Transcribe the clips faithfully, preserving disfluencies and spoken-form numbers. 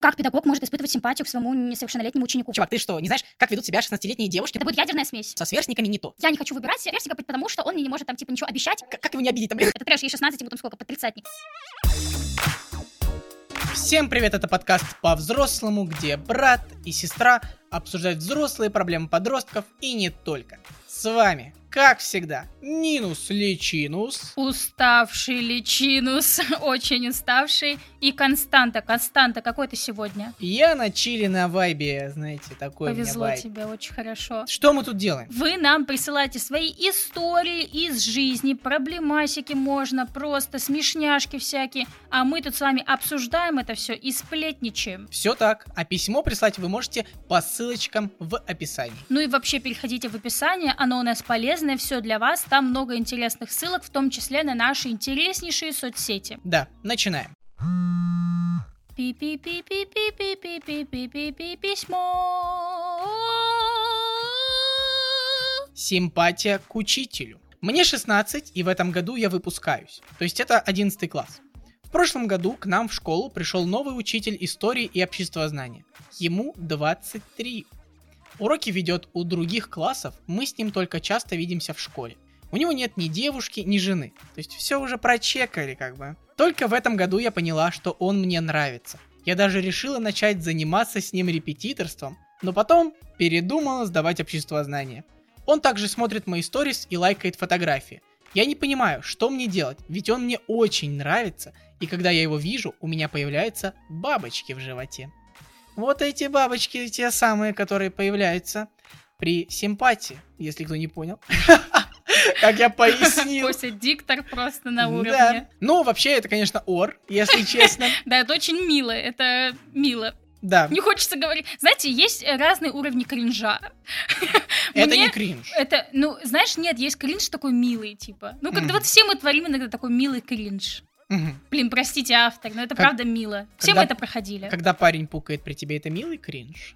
как педагог может испытывать симпатию к своему несовершеннолетнему ученику? Чувак, ты что, не знаешь, как ведут себя шестнадцатилетние девушки? Это будет ядерная смесь. Со сверстниками не то. Я не хочу выбирать сверстника, потому что он мне не может там типа ничего обещать. К- как его не обидеть там, блин? Это трэш, ей шестнадцать, ему там сколько, под тридцатник. Всем привет, это подкаст по-взрослому, где брат и сестра обсуждают взрослые проблемы подростков и не только. С вами, как всегда, Нинус Личинус. Уставший Личинус, очень уставший. И Константа. Константа, какой ты сегодня? Я на чили на вайбе, знаете, такой Повезло у меня вайб. тебе, очень хорошо. Что мы тут делаем? Вы нам присылаете свои истории из жизни, проблемасики можно, просто смешняшки всякие. А мы тут с вами обсуждаем это все и сплетничаем. Все так, а письмо прислать вы можете по ссылочкам в описании. Ну и вообще переходите в описание, оно у нас полезное, все для вас. Там много интересных ссылок, в том числе на наши интереснейшие соцсети. Да, начинаем. Пи-пи-пи-пи-пи-пи-пи-пи-пи-пи-пи, письмо. Симпатия к учителю. Мне шестнадцать, и в этом году я выпускаюсь. То есть это одиннадцатый класс. В прошлом году к нам в школу пришел новый учитель истории и обществознания. Ему двадцать три. Уроки ведет у других классов, мы с ним только часто видимся в школе. У него нет ни девушки, ни жены. То есть все уже прочекали как бы. Только в этом году я поняла, что он мне нравится. Я даже решила начать заниматься с ним репетиторством, но потом передумала сдавать обществознание. Он также смотрит мои сторис и лайкает фотографии. Я не понимаю, что мне делать, ведь он мне очень нравится, и когда я его вижу, у меня появляются бабочки в животе. Вот эти бабочки, те самые, которые появляются при симпатии, если кто не понял. Как я пояснил. Кося диктор просто на Да. уровне. Ну, вообще, это, конечно, ор, если честно. Да, это очень мило, это мило. Да, Не хочется говорить. Знаете, есть разные уровни кринжа. это Мне не кринж. Это, ну, знаешь, нет, есть кринж такой милый, типа. Ну, когда Мгм. вот все мы творим иногда такой милый кринж. Мгм. Блин, простите, автор, но это Как- правда мило. Все когда- мы это проходили. Когда парень пукает при тебе, это милый кринж?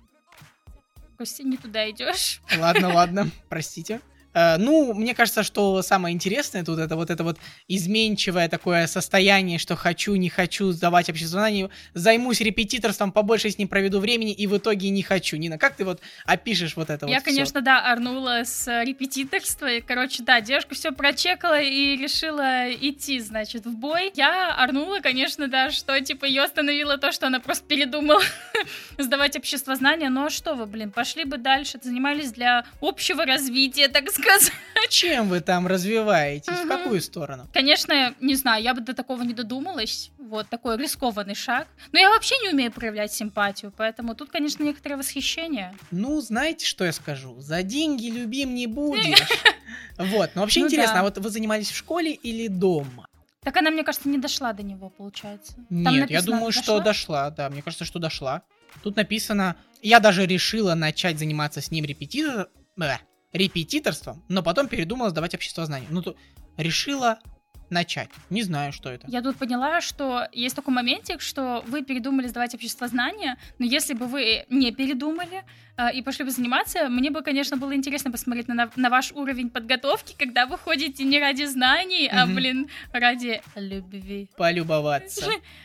Костя, не туда идешь. Ладно, ладно, простите. Э, ну, мне кажется, что самое интересное тут это вот это вот изменчивое такое состояние, что хочу, не хочу сдавать обществознание, займусь репетиторством, побольше с ним проведу времени, и в итоге не хочу. Нина, как ты вот опишешь вот это Я, вот всё? конечно, да, орнула с э, репетиторства. И, короче, да, девушка все прочекала и решила идти, значит, в бой. Я орнула, конечно, да, что, типа, ее остановило то, что она просто передумала сдавать обществознание. Ну, а что вы, блин, пошли бы дальше, занимались для общего развития, так сказать. Чем вы там развиваетесь? В Мгм. какую сторону? Конечно, не знаю, я бы до такого не додумалась. Вот такой рискованный шаг. Но я вообще не умею проявлять симпатию, поэтому тут, конечно, некоторое восхищение. Ну, знаете, что я скажу? За деньги любим не будешь. Вот, но вообще Ну интересно, да. а вот вы занимались в школе или дома? Так она, мне кажется, не дошла до него, получается. Там Нет, я написано, думаю, что дошла, да, мне кажется, что дошла. Тут написано, я даже решила начать заниматься с ним репетитор... э, репетиторством, но потом передумала сдавать обществознание. Ну, то решила начать. Не знаю, что это. Я тут поняла, что есть такой моментик, что вы передумали сдавать обществознание, но если бы вы не передумали э, и пошли бы заниматься, мне бы, конечно, было интересно посмотреть на, на ваш уровень подготовки, когда вы ходите не ради знаний, а, Мгм. блин, ради любви. Полюбоваться.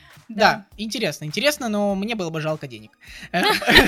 Да, интересно, интересно, но мне было бы жалко денег. Э,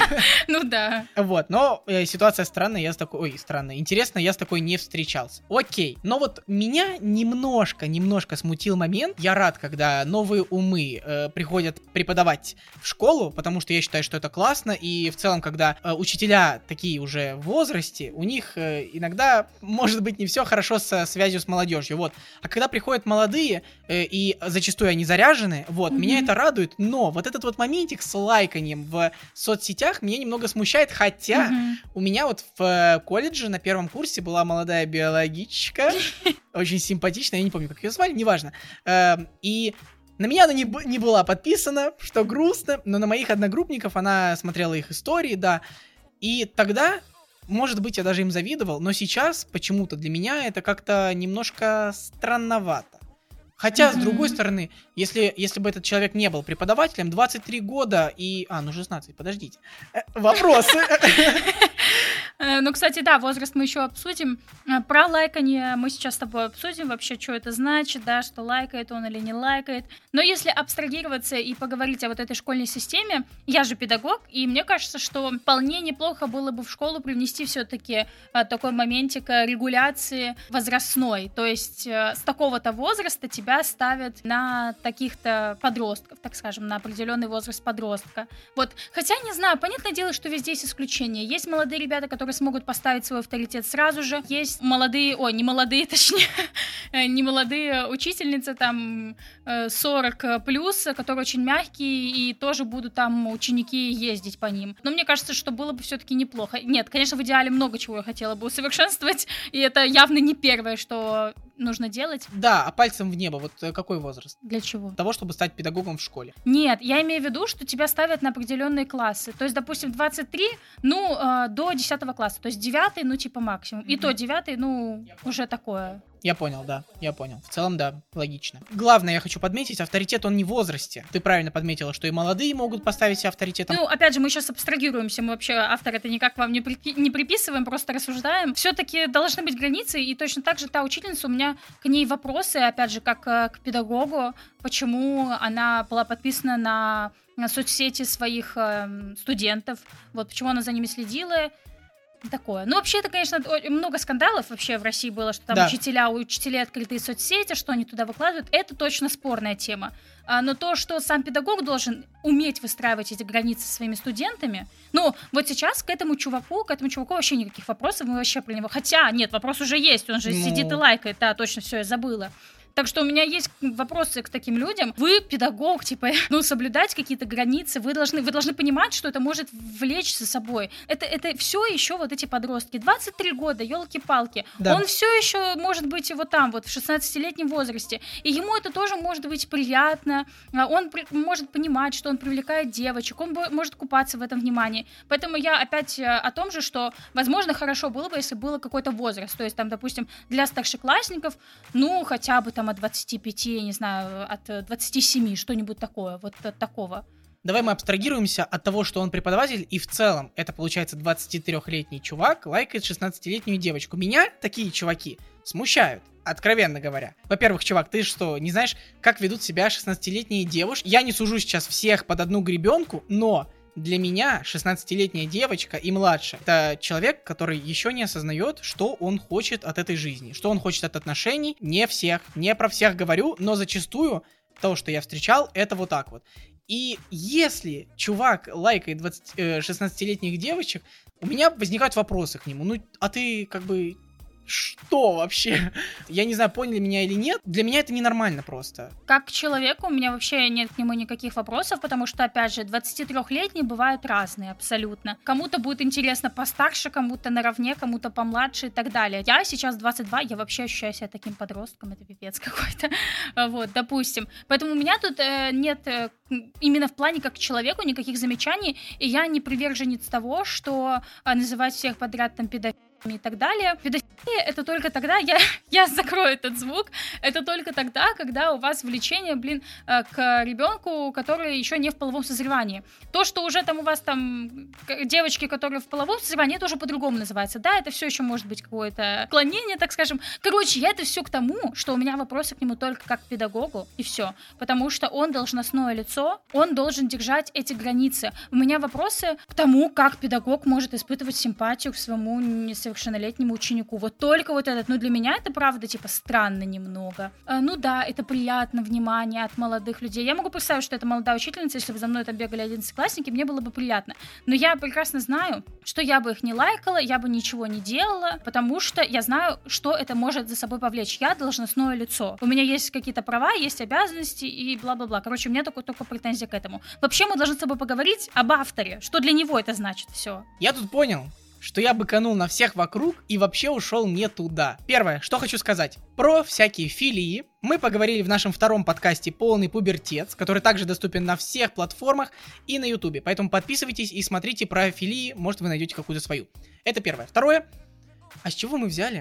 Ну да. Вот, но э, ситуация странная, я с такой... Ой, странная. Интересно, я с такой не встречался. Окей, но вот меня немножко, немножко смутил момент. Я рад, когда новые умы э, приходят преподавать в школу, потому что я считаю, что это классно, и в целом, когда э, учителя такие уже в возрасте, у них э, иногда, может быть, не все хорошо со связью с молодежью, вот. А когда приходят молодые, э, и зачастую они заряжены, вот, Мгм. меня это радует, но вот этот вот моментик с лайканием в соцсетях меня немного смущает, хотя Мгм. у меня вот в э, колледже на первом курсе была молодая биологичка, очень симпатичная, я не помню, как ее звали, неважно. Эм, И на меня она не, б- не была подписана, что грустно, но на моих одногруппников она смотрела их истории, да. И тогда, может быть, я даже им завидовал, но сейчас почему-то для меня это как-то немножко странновато. Хотя, с Мгм. другой стороны, если, если бы этот человек не был преподавателем, двадцать три года и... А, ну шестнадцать, подождите. Э, Вопросы. Ну, кстати, да, возраст мы еще обсудим. Про лайканье мы сейчас с тобой обсудим вообще, что это значит, да, что лайкает он или не лайкает. Но если абстрагироваться и поговорить о вот этой школьной системе, я же педагог, и мне кажется, что вполне неплохо было бы в школу привнести все-таки такой моментик регуляции возрастной. То есть с такого-то возраста тебя ставят на таких-то подростков, так скажем, на определенный возраст подростка. Вот, хотя, не знаю, понятное дело, что везде есть исключения. Есть молодые ребята, которые смогут поставить свой авторитет сразу же. Есть молодые, ой, не молодые, точнее, не молодые учительницы, там, сорок плюс, которые очень мягкие, и тоже будут там ученики ездить по ним. Но мне кажется, что было бы все-таки неплохо. Нет, конечно, в идеале много чего я хотела бы усовершенствовать, и это явно не первое, что нужно делать. Да, а пальцем в небо, вот какой возраст? Для чего? Того, чтобы стать педагогом в школе. Нет, я имею в виду, что тебя ставят на определенные классы. То есть, допустим, двадцать три, ну, э, до десятого класса. То есть девятый, ну, типа максимум. И mm-hmm. то девятый, ну, уже такое. Я понял, да, я понял. В целом, да, логично. Главное, я хочу подметить, авторитет, он не в возрасте. Ты правильно подметила, что и молодые могут поставить себя авторитетом. Ну, опять же, мы сейчас абстрагируемся, мы вообще автор это никак вам не, припи- не приписываем, просто рассуждаем. Все-таки должны быть границы, и точно так же та учительница, у меня к ней вопросы, опять же, как к педагогу, почему она была подписана на, на соцсети своих э, студентов, вот почему она за ними следила. Такое. Ну, вообще, это, конечно, много скандалов вообще в России было, что там да. учителя, у учителей открытые соцсети, что они туда выкладывают, это точно спорная тема. А, но то, что сам педагог должен уметь выстраивать эти границы со своими студентами, ну, вот сейчас к этому чуваку, к этому чуваку вообще никаких вопросов, мы вообще про него, хотя, нет, вопрос уже есть, он же ну... сидит и лайкает, да, точно, все, я забыла. Так что у меня есть вопросы к таким людям. Вы педагог, типа, ну, соблюдать какие-то границы. Вы должны, вы должны понимать, что это может влечь за собой. Это, это все еще вот эти подростки. двадцать три года, елки-палки. Да. Он все еще может быть вот там, вот в шестнадцатилетнем возрасте. И ему это тоже может быть приятно. Он при, может понимать, что он привлекает девочек. Он бо- может купаться в этом внимании. Поэтому я опять о том же, что, возможно, хорошо было бы, если был какой-то возраст. То есть там, допустим, для старшеклассников, ну, хотя бы там от двадцати пяти, я не знаю, от двадцати семи, что-нибудь такое, вот от такого. Давай мы абстрагируемся от того, что он преподаватель, и в целом это, получается, двадцатитрёхлетний чувак лайкает шестнадцатилетнюю девочку. Меня такие чуваки смущают, откровенно говоря. Во-первых, чувак, ты что, не знаешь, как ведут себя шестнадцатилетние девушки? Я не сужу сейчас всех под одну гребенку, но... Для меня шестнадцатилетняя девочка и младше — это человек, который еще не осознает, что он хочет от этой жизни, что он хочет от отношений. Не всех, не про всех говорю, но зачастую то, что я встречал, это вот так вот. И если чувак лайкает двадцать, э, шестнадцатилетних девочек, у меня возникают вопросы к нему. Ну, а ты как бы... Что вообще? Я не знаю, поняли меня или нет. Для меня это ненормально просто. Как к человеку у меня вообще нет к нему никаких вопросов, потому что, опять же, двадцатитрёхлетние бывают разные абсолютно. Кому-то будет интересно постарше, кому-то наравне, кому-то помладше и так далее. Я сейчас двадцать два, я вообще ощущаю себя таким подростком, это пипец какой-то. Вот, допустим. Поэтому у меня тут э, нет э, именно в плане как к человеку никаких замечаний, и я не приверженец того, что э, называть всех подряд там педофилами и так далее. Педофилия — это только тогда, я, я закрою этот звук, это только тогда, когда у вас влечение, блин, к ребенку, который еще не в половом созревании. То, что уже там у вас там девочки, которые в половом созревании, это уже по-другому называется. Да, это все еще может быть какое-то отклонение, так скажем. Короче, я это все к тому, что у меня вопросы к нему только как к педагогу, и все. Потому что он должностное лицо, он должен держать эти границы. У меня вопросы к тому, как педагог может испытывать симпатию к своему несовершеннолетнему ученику. Вот только вот этот. Ну, для меня это, правда, типа, странно немного. А, ну да, это приятно, внимание от молодых людей. Я могу представить, что это молодая учительница, если бы за мной там бегали одиннадцатиклассники, мне было бы приятно. Но я прекрасно знаю, что я бы их не лайкала, я бы ничего не делала, потому что я знаю, что это может за собой повлечь. Я должностное лицо. У меня есть какие-то права, есть обязанности и бла-бла-бла. Короче, у меня только, только претензия к этому. Вообще, мы должны с тобой поговорить об авторе. Что для него это значит все. Я тут понял, что я быканул на всех вокруг и вообще ушел не туда. Первое, что хочу сказать. Про всякие филии мы поговорили в нашем втором подкасте «Полный пубертец», который также доступен на всех платформах и на ютубе. Поэтому подписывайтесь и смотрите про филии, может вы найдете какую-то свою. Это первое. Второе. А с чего мы взяли,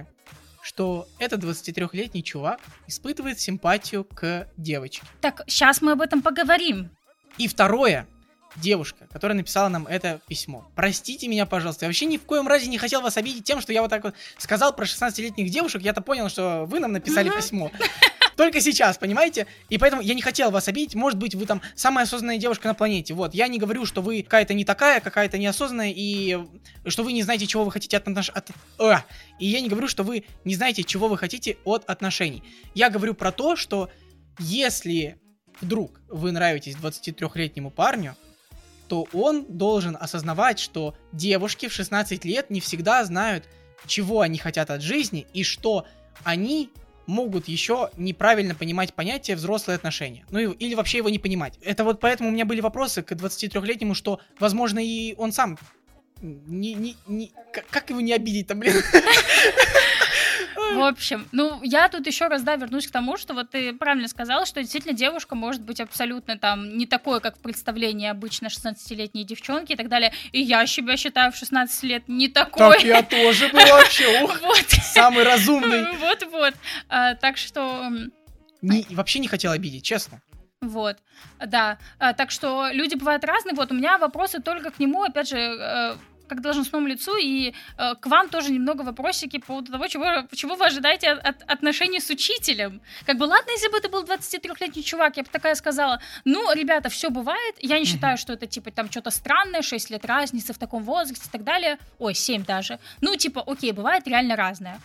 что этот двадцатитрёхлетний чувак испытывает симпатию к девочке? Так, сейчас мы об этом поговорим. И второе. девушка, которая написала нам это письмо, простите меня, пожалуйста, я вообще ни в коем разе не хотел вас обидеть тем, что я вот так вот сказал про шестнадцатилетних девушек, я-то понял, что вы нам написали mm-hmm. письмо. Только сейчас, понимаете? И поэтому я не хотел вас обидеть. Может быть, вы там самая осознанная девушка на планете. Вот, я не говорю, что вы какая-то не такая, какая-то неосознанная, и что вы не знаете, чего вы хотите от отношений. От... А! И я не говорю, что вы не знаете, чего вы хотите от отношений. Я говорю про то, что если вдруг вы нравитесь двадцатитрёхлетнему парню, то он должен осознавать, что девушки в шестнадцать лет не всегда знают, чего они хотят от жизни, и что они могут еще неправильно понимать понятие взрослые отношения. Ну и, или вообще его не понимать. Это вот поэтому у меня были вопросы к двадцатитрёхлетнему, что, возможно, и он сам не... не, не как, как его не обидеть-то, блин? В общем, ну, я тут еще раз, да, вернусь к тому, что вот ты правильно сказала, что действительно девушка может быть абсолютно там не такой, как в представлении обычно шестнадцатилетние девчонки и так далее. И я себя считаю в шестнадцать лет не такой. Так я тоже был вообще, ух, вот. Самый разумный. Вот-вот. А, так что... Не, вообще не хотел обидеть, честно. Вот, да. А, так что люди бывают разные. Вот у меня вопросы только к нему, опять же... как должностному лицу, и э, к вам тоже немного вопросики по поводу того, чего, чего вы ожидаете от, от отношений с учителем. Как бы, ладно, если бы это был двадцатитрёхлетний чувак, я бы такая сказала, ну, ребята, все бывает, я не mm-hmm. считаю, что это, типа, там, что-то странное, шесть лет разницы в таком возрасте и так далее, ой, семь даже, ну, типа, окей, бывает реально разное.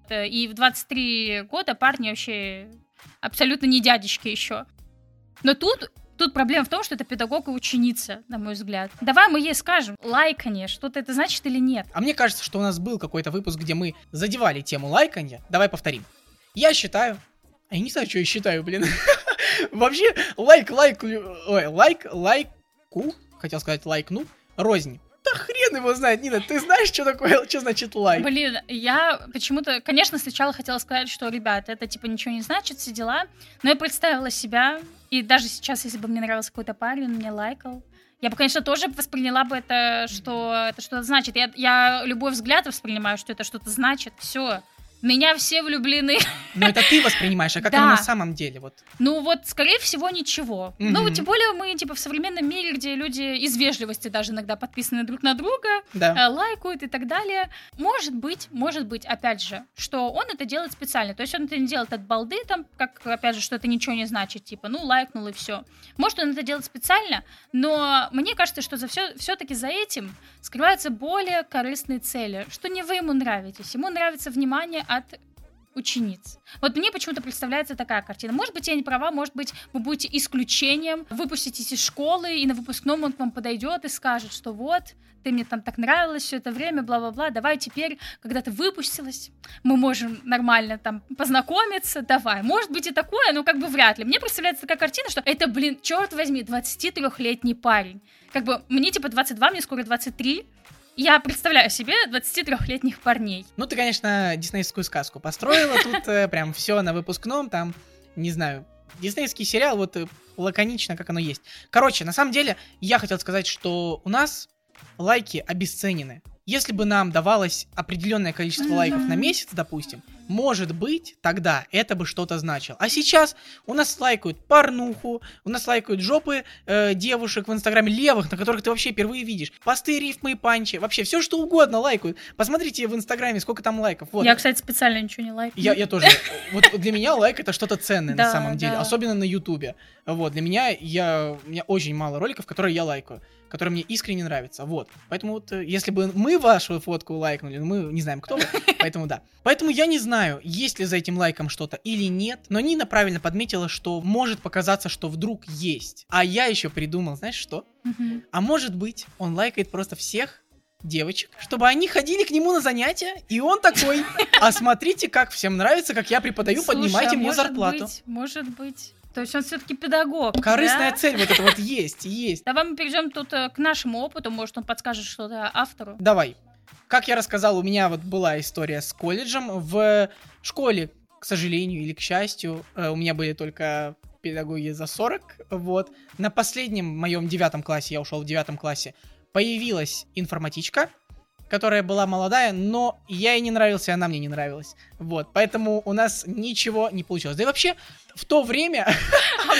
И в двадцать три года парни вообще абсолютно не дядечки еще. Но тут Тут проблема в том, что это педагог и ученица, на мой взгляд. Давай мы ей скажем, лайканье, что-то это значит или нет. А мне кажется, что у нас был какой-то выпуск, где мы задевали тему лайканья. Давай повторим. Я считаю... Я не знаю, что я считаю, блин. Вообще, лайк, лайк... Ой, лайк, лайку... Хотел сказать лайкну. Рознь. Да хрен его знает, Нина, ты знаешь, что такое, что значит лайк? Блин, я почему-то, конечно, сначала хотела сказать, что, ребят, это типа ничего не значит, все дела, но я представила себя, и даже сейчас, если бы мне нравился какой-то парень, он меня лайкал, я бы, конечно, тоже восприняла бы это, что это что-то значит. Я, я любой взгляд воспринимаю, что это что-то значит, все. Меня все влюблены. Но это ты воспринимаешь, а как да. оно на самом деле? Вот. Ну вот, скорее всего, ничего. Mm-hmm. Ну, тем более мы, типа, в современном мире, где люди из вежливости даже иногда подписаны друг на друга, да. э, лайкают и так далее. Может быть, может быть, опять же, что он это делает специально. То есть он это не делает от балды, там, как, опять же, что это ничего не значит, типа, ну, лайкнул и все. Может, он это делает специально, но мне кажется, что за все, все-таки за этим скрываются более корыстные цели, что не вы ему нравитесь. Ему нравится внимание от учениц. Вот мне почему-то представляется такая картина. Может быть, я не права, может быть, вы будете исключением, выпуститесь из школы, и на выпускном он к вам подойдет и скажет, что вот, ты мне там так нравилась все это время, бла-бла-бла, давай теперь, когда ты выпустилась, мы можем нормально там познакомиться, давай. Может быть и такое, но как бы вряд ли. Мне представляется такая картина, что это, блин, черт возьми, двадцатитрёхлетний парень. Как бы мне типа двадцать два, мне скоро двадцать три, я представляю себе двадцатитрёхлетних парней. Ну, ты, конечно, диснеевскую сказку построила. Тут э, прям все на выпускном, там, не знаю, диснеевский сериал, вот э, лаконично, как оно есть. Короче, на самом деле, я хотел сказать, что у нас лайки обесценены. Если бы нам давалось определенное количество mm-hmm. лайков на месяц, допустим, может быть, тогда это бы что-то значило. А сейчас у нас лайкают порнуху, у нас лайкают жопы э, девушек в Инстаграме левых, на которых ты вообще впервые видишь. Посты, рифмы и панчи. Вообще все, что угодно лайкают. Посмотрите в Инстаграме, сколько там лайков. Вот. Я, кстати, специально ничего не лайкаю. Я, я тоже. Вот для меня лайк это что-то ценное на самом деле. Особенно на Ютубе. Вот, для меня, я, у меня очень мало роликов, которые я лайкаю, которые мне искренне нравятся. Вот. Поэтому вот, если бы мы вашу фотку лайкнули, мы не знаем, кто вы, поэтому да. Поэтому я не знаю, есть ли за этим лайком что-то или нет, но Нина правильно подметила, что может показаться, что вдруг есть. А я еще придумал, знаешь что? Mm-hmm. А может быть, он лайкает просто всех девочек, чтобы они ходили к нему на занятия, и он такой, а смотрите, как всем нравится, как я преподаю, Слушай, поднимайте а мне может зарплату. Быть, может быть. То есть он все-таки педагог. Корыстная да? цель вот это вот есть, есть. Давай мы перейдем тут э, к нашему опыту, может он подскажет что-то автору. Давай. Как я рассказал, у меня вот была история с колледжем. В школе, к сожалению или к счастью, у меня были только педагоги за сорок. Вот. На последнем моем девятом классе, я ушел в девятом классе, появилась информатичка, которая была молодая, но я ей не нравился, и она мне не нравилась. Вот, поэтому у нас ничего не получилось. Да и вообще, в то время...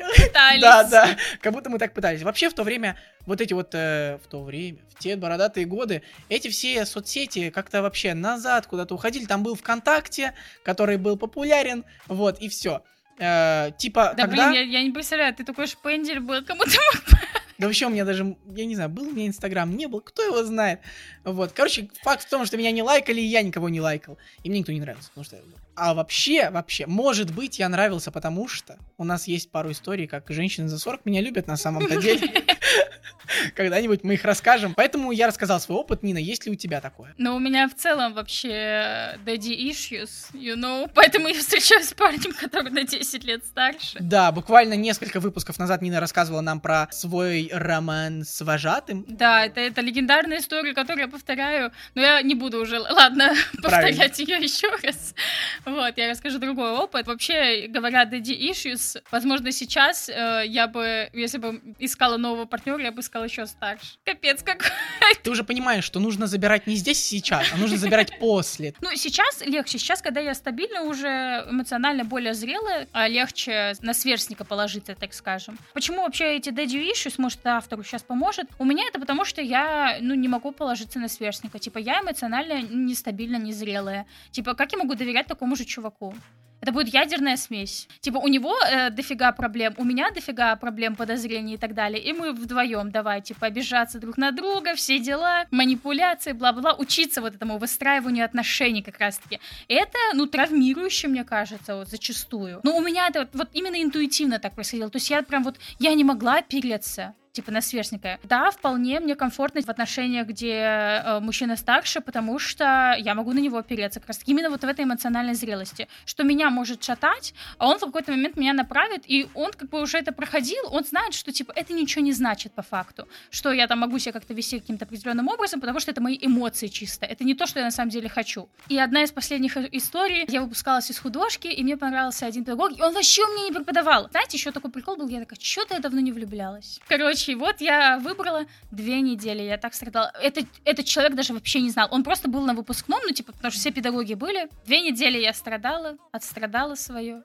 пытались. Да, да, как будто мы так пытались. Вообще в то время, вот эти вот, э, в то время, в те бородатые годы, эти все соцсети как-то вообще назад куда-то уходили. Там был ВКонтакте, который был популярен, вот, и все. Э, типа, Да, тогда... блин, я, я не представляю, ты такой шпендель был, кому ты мог... Да вообще у меня даже, я не знаю, был у меня Инстаграм, не был, кто его знает. Вот, короче, факт в том, что меня не лайкали, и я никого не лайкал. И мне никто не нравился, потому что... А вообще, вообще, может быть, я нравился, потому что у нас есть пару историй, как женщины за сорок меня любят на самом-то деле. Когда-нибудь мы их расскажем. Поэтому я рассказал свой опыт. Нина, есть ли у тебя такое? Ну, у меня в целом вообще daddy issues, you know, поэтому я встречаюсь с парнем, который на десять лет старше. Да, буквально несколько выпусков назад Нина рассказывала нам про свой роман с вожатым. Да, это, это легендарная история, которую я повторяю, но я не буду уже, ладно, повторять ее еще раз. Вот, я расскажу другой опыт. Вообще, говоря daddy issues, возможно, сейчас э, я бы, если бы искала нового партнера, я бы искала еще старше. Капец какой. Ты уже понимаешь, что нужно забирать не здесь и сейчас, а нужно забирать после. Ну, сейчас легче. Сейчас, когда я стабильно уже, эмоционально более зрелая, легче на сверстника положиться, так скажем. Почему вообще эти daddy issues, может, автору сейчас поможет? У меня это потому, что я, ну, не могу положиться на сверстника. Типа, я эмоционально нестабильно, незрелая. Типа, как я могу доверять такому же чуваку? Это будет ядерная смесь. Типа, у него э, дофига проблем, у меня дофига проблем, подозрений и так далее. И мы вдвоем давай, типа, обижаться друг на друга, все дела, манипуляции, бла-бла-бла, учиться вот этому выстраиванию отношений как раз-таки. Это, ну, травмирующе, мне кажется, вот, зачастую. Но у меня это вот, вот именно интуитивно так происходило. То есть я прям вот, я не могла опереться. Типа на сверстника. Да, вполне мне комфортно в отношениях, где э, мужчина старше, потому что я могу на него опереться. Как раз именно вот в этой эмоциональной зрелости. Что меня может шатать, а он в какой-то момент меня направит, и он как бы уже это проходил, он знает, что типа это ничего не значит по факту. Что я там могу себя как-то вести каким-то определенным образом, потому что это мои эмоции чисто. Это не то, что я на самом деле хочу. И одна из последних историй, я выпускалась из художки, и мне понравился один педагог, и он вообще мне не преподавал. Знаете, еще такой прикол был, я такая, что-то я давно не влюблялась. Короче, и вот я выбрала две недели, я так страдала. Это, этот человек даже вообще не знал. Он просто был на выпускном, ну, типа, потому что все педагоги были. Две недели я страдала, отстрадала свое.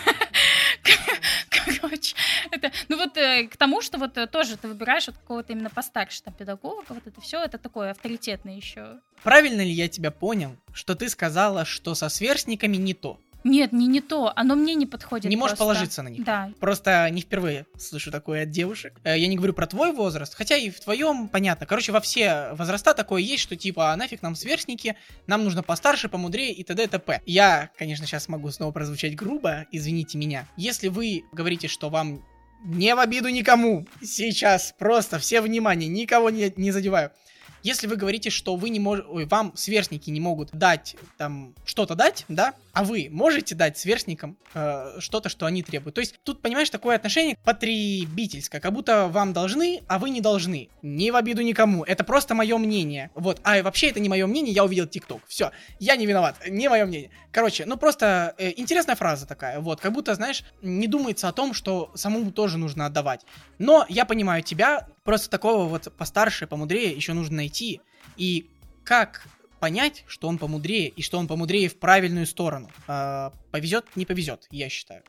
Короче, это, ну вот э, к тому, что вот э, тоже ты выбираешь вот какого-то именно постарше там педагога, вот это все, это такое авторитетное еще. Правильно ли я тебя понял, что ты сказала, что со сверстниками не то? Нет, не, не то, оно мне не подходит. Не можешь просто. положиться на них. Да. Просто не впервые слышу такое от девушек. Я не говорю про твой возраст, хотя и в твоем, понятно. Короче, во все возраста такое есть, что типа, а нафиг нам сверстники, нам нужно постарше, помудрее и т.д. и т.п. Я, конечно, сейчас могу снова прозвучать грубо, извините меня. Если вы говорите, что вам не в обиду никому, сейчас просто все внимание, никого не, не задеваю. Если вы говорите, что вы не можете, ой, вам сверстники не могут дать там что-то дать, да, а вы можете дать сверстникам э, что-то, что они требуют. То есть тут, понимаешь, такое отношение потребительское, как будто вам должны, а вы не должны. Не в обиду никому, это просто мое мнение. Вот, а вообще это не мое мнение, я увидел ТикТок. Все, я не виноват, не мое мнение. Короче, ну просто э, интересная фраза такая, вот, как будто, знаешь, не думается о том, что самому тоже нужно отдавать. Но я понимаю тебя, просто такого вот постарше, помудрее еще нужно найти. И как понять, что он помудрее, и что он помудрее в правильную сторону? Э, повезет, не повезет, я считаю.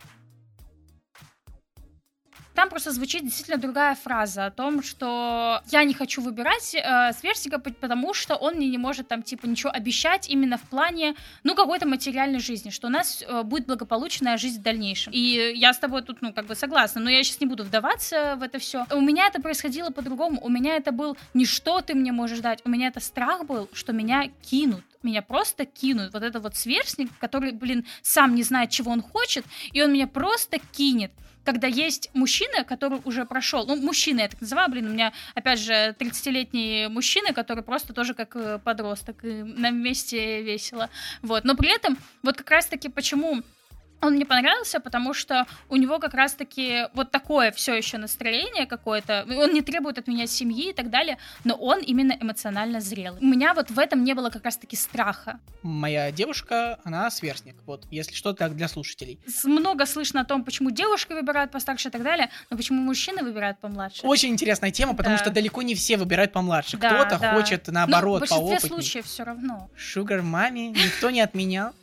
Там просто звучит действительно другая фраза о том, что я не хочу выбирать э, сверстника, потому что он мне не может там типа ничего обещать именно в плане, ну, какой-то материальной жизни, что у нас э, будет благополучная жизнь в дальнейшем. И я с тобой тут, ну, как бы согласна, но я сейчас не буду вдаваться в это все. У меня это происходило по-другому. У меня это был не что ты мне можешь дать, у меня это страх был, что меня кинут. Меня просто кинут. Вот это вот сверстник, который, блин, сам не знает, чего он хочет, и он меня просто кинет. Когда есть мужчина, который уже прошел, ну, мужчина я так называю, блин, у меня, опять же, тридцатилетний мужчина, который просто тоже как подросток, и нам вместе весело, вот, но при этом, вот как раз-таки почему он мне понравился, потому что у него как раз-таки вот такое все еще настроение какое-то. Он не требует от меня семьи и так далее, но он именно эмоционально зрелый. У меня вот в этом не было как раз-таки страха. Моя девушка, она сверстник. Вот, если что, так для слушателей. Много слышно о том, почему девушки выбирают постарше и так далее, но почему мужчины выбирают помладше. Очень интересная тема, потому да. что далеко не все выбирают помладше. Да, Кто-то да. хочет, наоборот, но в большинстве поопытней. случаев все равно. Шугар маме никто не отменял.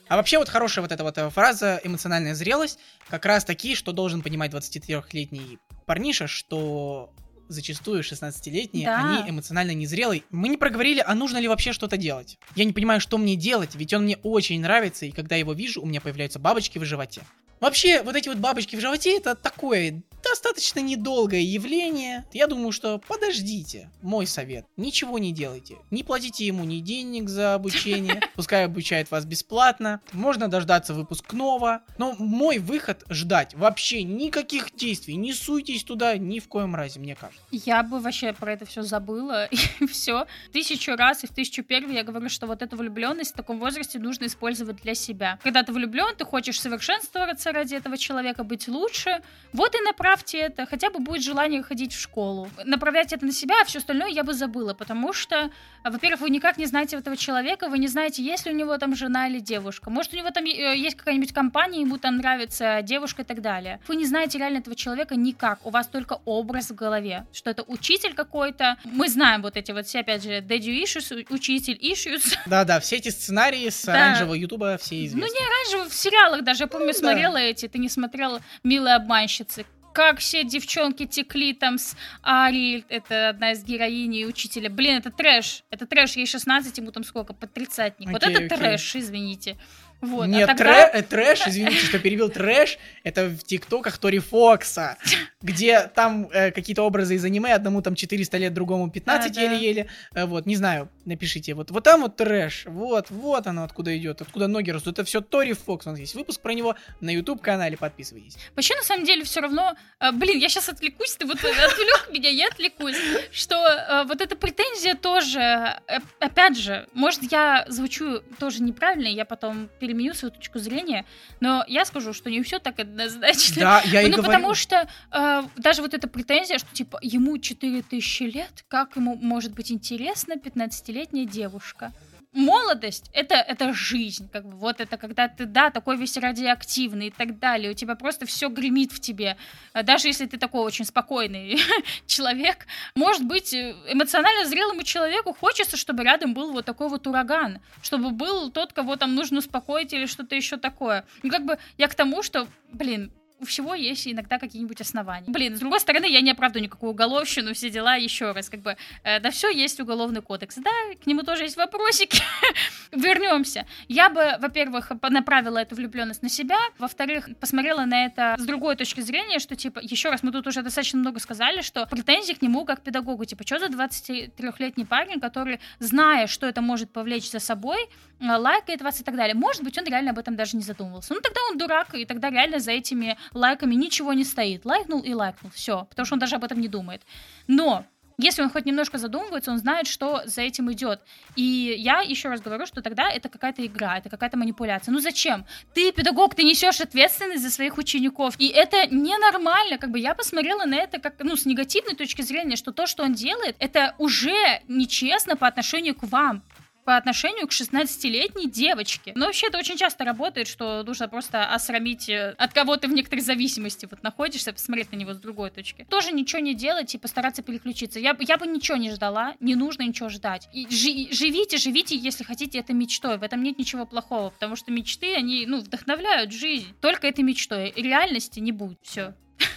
А вообще вот хорошая вот эта вот фраза «эмоциональная зрелость» как раз таки, что должен понимать двадцатитрёхлетний парниша, что зачастую шестнадцатилетние, Да. они эмоционально незрелые. Мы не проговорили, а нужно ли вообще что-то делать. Я не понимаю, что мне делать, ведь он мне очень нравится, и когда его вижу, у меня появляются бабочки в животе. Вообще, вот эти вот бабочки в животе, это такое достаточно недолгое явление. Я думаю, что подождите, мой совет, ничего не делайте. Не платите ему ни денег за обучение, пускай обучает вас бесплатно. Можно дождаться выпускного. Но мой выход ждать. Вообще никаких действий, не суйтесь туда ни в коем разе, мне кажется. Я бы вообще про это все забыла, и все. Тысячу раз и в тысячу первый я говорю, что вот эту влюбленность в таком возрасте нужно использовать для себя. Когда ты влюблен, ты хочешь совершенствоваться ради этого человека, быть лучше. Вот и направьте это. Хотя бы будет желание ходить в школу. Направлять это на себя, а все остальное я бы забыла, потому что, во-первых, вы никак не знаете этого человека, вы не знаете, есть ли у него там жена или девушка. Может, у него там есть какая-нибудь компания, ему там нравится девушка и так далее. Вы не знаете реально этого человека никак. У вас только образ в голове, что это учитель какой-то. Мы знаем вот эти вот все, опять же, daddy issues, учитель issues. Да-да, все эти сценарии с Да. оранжевого ютуба все известны. Ну, не раньше, в сериалах даже, я помню, Ну, да. смотрела эти, ты не смотрела «Милые обманщицы». Как все девчонки текли там с Ари, это одна из героиней учителя. Блин, это трэш. Это трэш, ей шестнадцать, ему там сколько, под тридцатник. Вот Окей, это окей. трэш, извините. Вот. Нет, а тогда... трэ- э, трэш, извините, что перебил, трэш, это в тиктоках Тори Фокса, где там э, какие-то образы из аниме, одному там четыреста лет, другому пятнадцать А, да. еле-еле, Э, вот, не знаю, напишите, вот, вот там вот трэш, вот, вот оно откуда идет, откуда ноги растут, это все Тори Фокс, у нас есть выпуск про него на YouTube-канале, подписывайтесь. Вообще, на самом деле, все равно... э, блин, я сейчас отвлекусь, ты вот отвлек меня, я отвлекусь. Что э, вот эта претензия тоже... э, опять же, может, я звучу тоже неправильно, я потом переменю свою точку зрения, но я скажу, что не все так однозначно. Да, я и Ну, говорю. потому что э, даже вот эта претензия, что, типа, ему четыре тысячи лет, как ему может быть интересна пятнадцатилетняя девушка? Молодость это, это жизнь, как бы вот это когда ты, да, такой весь радиоактивный и так далее, у тебя просто все гремит в тебе, А даже если ты такой очень спокойный человек, может быть, эмоционально зрелому человеку хочется, чтобы рядом был вот такой вот ураган, чтобы был тот, кого там нужно успокоить или что-то еще такое. Ну, как бы я к тому, что, блин, у всего есть иногда какие-нибудь основания. Блин, с другой стороны, я не оправдываю никакую уголовщину, все дела, еще раз, как бы, э, да все есть уголовный кодекс, да, к нему тоже есть вопросики. Вернемся. Я бы, во-первых, направила эту влюбленность на себя, во-вторых, посмотрела на это с другой точки зрения, что, типа, еще раз, мы тут уже достаточно много сказали, что претензии к нему как к педагогу, типа, что за двадцатитрёхлетний парень, который, зная, что это может повлечь за собой, лайкает вас и так далее. Может быть, он реально об этом даже не задумывался. Ну, тогда он дурак, и тогда реально за этими лайками ничего не стоит. Лайкнул и лайкнул, все, потому что он даже об этом не думает. Но если он хоть немножко задумывается, он знает, что за этим идет. И я еще раз говорю, что тогда это какая-то игра, это какая-то манипуляция. Ну зачем? Ты педагог, ты несешь ответственность за своих учеников. И это ненормально. Как бы я посмотрела на это как, ну, с негативной точки зрения, что то, что он делает, это уже нечестно по отношению к вам. По отношению к шестнадцатилетней девочке. Но вообще это очень часто работает, что нужно просто осрамить, от кого ты в некоторой зависимости вот находишься, посмотреть на него с другой точки. Тоже ничего не делать и постараться переключиться. Я, я бы ничего не ждала, не нужно ничего ждать. И жи, живите, живите, если хотите, это мечтой. В этом нет ничего плохого, потому что мечты, они, ну, вдохновляют жизнь. Только этой мечтой. Реальности не будет. Все.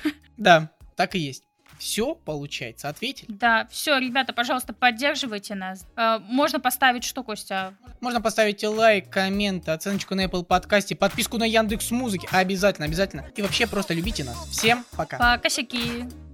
Да, так и есть. Все, получается, ответили? Да, все, ребята, пожалуйста, поддерживайте нас. Э, можно поставить что, Костя? Можно поставить лайк, коммент, оценочку на Apple подкасте, подписку на Яндекс.Музыке. Обязательно, обязательно. И вообще просто любите нас. Всем пока. По косяки.